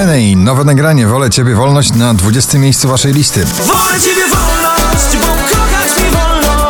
Heney, nowe nagranie Wolę Ciebie Wolność na 20. miejscu waszej listy. Wolę Ciebie wolność, bo kochać mi wolno.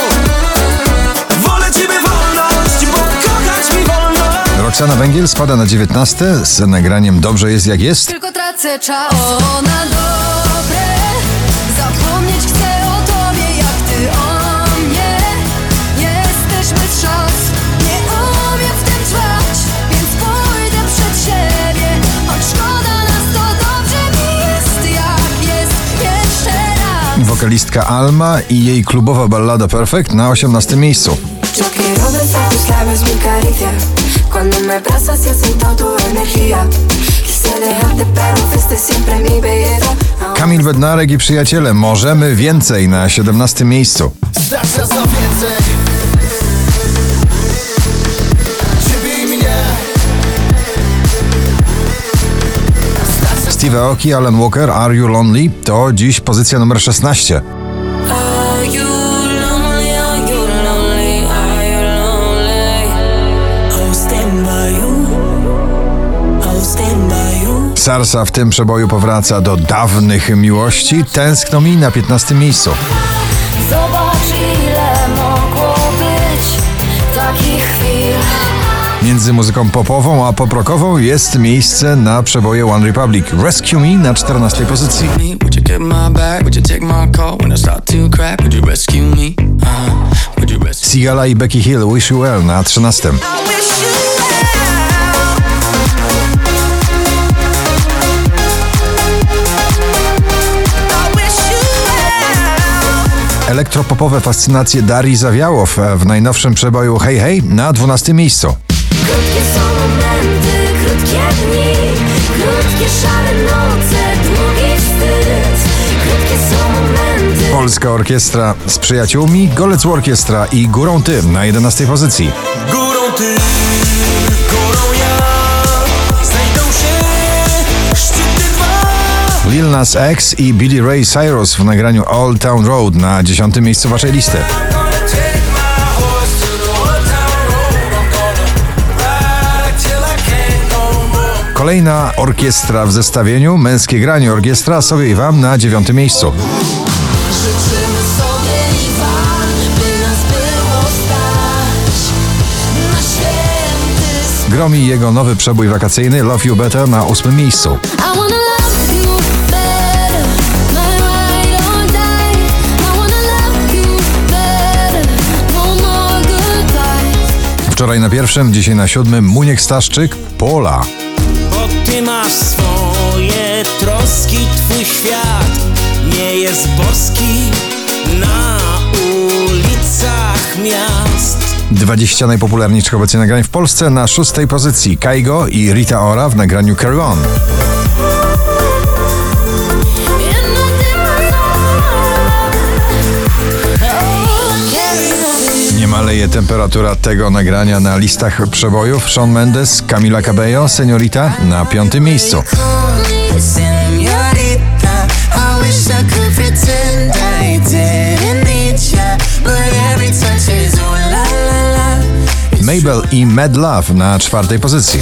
Wolę Ciebie wolność, bo kochać mi wolno. Roxana Węgiel spada na 19. z nagraniem Dobrze jest jak jest. Tylko tracę czas na dobre. Zapomnieć chcę o tobie, jak ty o mnie. Jesteśmy trzas, nie umiem w tym trwać, więc pójdę przed siebie. Choć szkoda nas, to dobrze mi jest, jak jest jeszcze raz. Wokalistka Alma i jej klubowa ballada Perfect na 18. miejscu. Yo quiero besar tus labios, mi caricia. Cuando me abrazas y siento tu energía. Quise dejarte, pero fuiste siempre mi belleza. Kamil Bednarek i Przyjaciele, Możemy więcej na 17. miejscu. Starcza za więcej. Ciebie i mnie. Steve Aoki, Alan Walker, Are You Lonely? To dziś pozycja numer 16. Are you lonely? Are you lonely? Are you lonely? I'll stand by you. I'll stand by you. Sarsa w tym przeboju powraca do dawnych miłości. Tęskno mi na 15. miejscu. Zobacz, ile mogło być takich chwil. Między muzyką popową a poprokową jest miejsce na przeboje One Republic. Rescue Me na 14. pozycji. Would you get my back? Would you take my call when I start to crack? Would you rescue me? Would you rescue Sigala i Becky Hill, Wish You Well na 13. Elektropopowe fascynacje Darii Zawiałow w najnowszym przeboju Hej Hej na 12. miejscu. Krótkie są momenty, krótkie dni, krótkie szare noce, długi wstyd. Krótkie są momenty. Polska Orkiestra z przyjaciółmi, Golec Orkiestra i Górą Ty na 11. pozycji. Górą ty, górą ja. Znajdą się szczyty dwa. Lil Nas X i Billy Ray Cyrus w nagraniu Old Town Road na 10. miejscu waszej listy. Kolejna orkiestra w zestawieniu, Męskie Granie Orkiestra sobie i wam na 9. miejscu. Życzymy sobie i wam, by nas było stać na święty Gromi i jego nowy przebój wakacyjny Love You Better na 8. miejscu. I wanna love you better, my ride or die. I wanna love you better, no more goodbyes. Wczoraj na 1., dzisiaj na 7. Muniek Staszczyk, Pola. Bo ty masz swoje troski, twój świat nie jest boski na ulicach miast. 20 najpopularniejszych obecnie nagrań w Polsce na 6. pozycji. Kaigo i Rita Ora w nagraniu Carry On. Nie maleje temperatura tego nagrania na listach przebojów. Shawn Mendes, Camila Cabello, Señorita na 5. miejscu. Señorita, I wish I could pretend I didn't need ya, but every touch is ooh la la la. Mabel i Mad Love na 4. pozycji.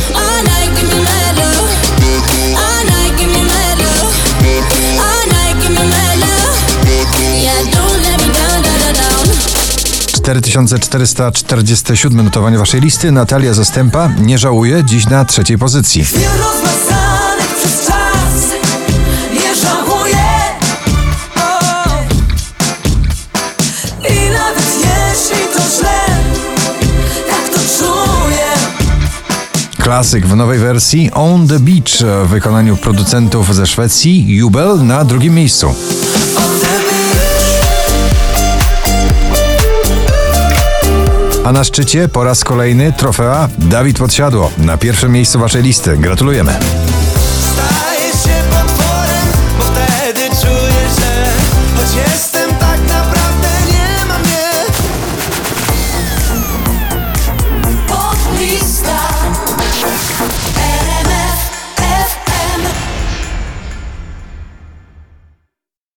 4447 notowanie waszej listy. Natalia Zastępa, Nie żałuję, dziś na 3. pozycji. Chwil rozmazanych przez czas nie żałuję. I nawet jeśli to źle, tak to czuję. Klasyk w nowej wersji On the Beach w wykonaniu producentów ze Szwecji, Jubel na 2. miejscu. A na szczycie po raz kolejny trofea Dawid Podsiadło na 1. miejscu waszej listy. Gratulujemy.